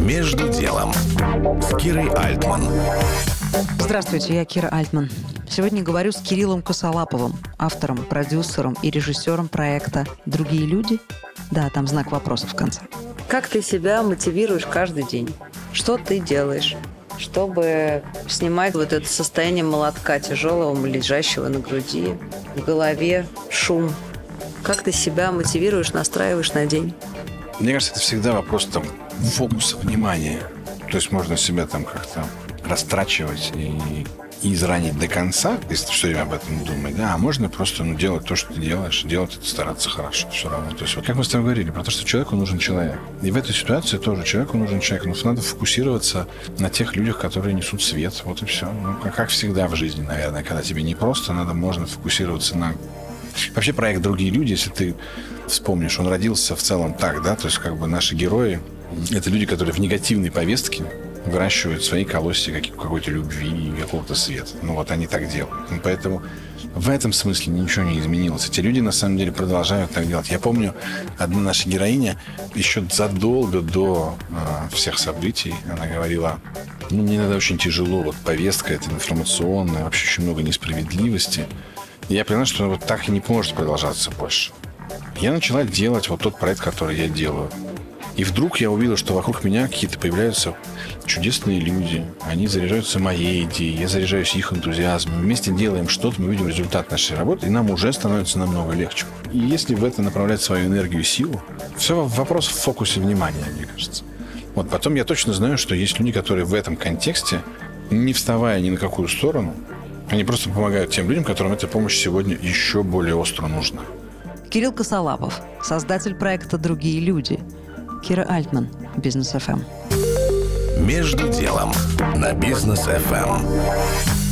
«Между делом» с Кирой Альтман. Здравствуйте, я Кира Альтман. Сегодня говорю с Кириллом Косолаповым, автором, продюсером и режиссером проекта «Другие люди». Да, там знак вопроса в конце. Как ты себя мотивируешь каждый день? Что ты делаешь, чтобы снимать вот это состояние молотка тяжелого, лежащего на груди, в голове шум? Как ты себя мотивируешь, настраиваешь на день? Мне кажется, это всегда вопрос фокуса внимания. То есть можно себя как-то растрачивать и изранить до конца, если все время об этом думать. Да, а можно просто делать то, что ты делаешь, делать это, стараться хорошо все равно. То есть как мы с тобой говорили, про то, что человеку нужен человек. И в этой ситуации тоже человеку нужен человек. Но надо фокусироваться на тех людях, которые несут свет. Вот и все. Как всегда в жизни, наверное, когда тебе непросто, можно фокусироваться на... Вообще проект «Другие люди», если ты вспомнишь, он родился в целом так, да, то есть наши герои – это люди, которые в негативной повестке выращивают свои колосья какой-то любви и какого-то света. Они так делают. Поэтому в этом смысле ничего не изменилось. Эти люди, на самом деле, продолжают так делать. Я помню, одна наша героиня еще задолго до всех событий, она говорила, мне иногда очень тяжело, повестка эта информационная, вообще очень много несправедливости. И я поняла, что так и не может продолжаться больше. Я начала делать тот проект, который я делаю. И вдруг я увидел, что вокруг меня какие-то появляются чудесные люди. Они заряжаются моей идеей, я заряжаюсь их энтузиазмом. Вместе делаем что-то, мы видим результат нашей работы, и нам уже становится намного легче. И если в это направлять свою энергию и силу, все вопрос в фокусе внимания, мне кажется. Потом я точно знаю, что есть люди, которые в этом контексте, не вставая ни на какую сторону, они просто помогают тем людям, которым эта помощь сегодня еще более остро нужна. Кирилл Косолапов, создатель проекта «Другие люди». Кира Альтман, Бизнес ФМ. «Между делом» на Бизнес ФМ.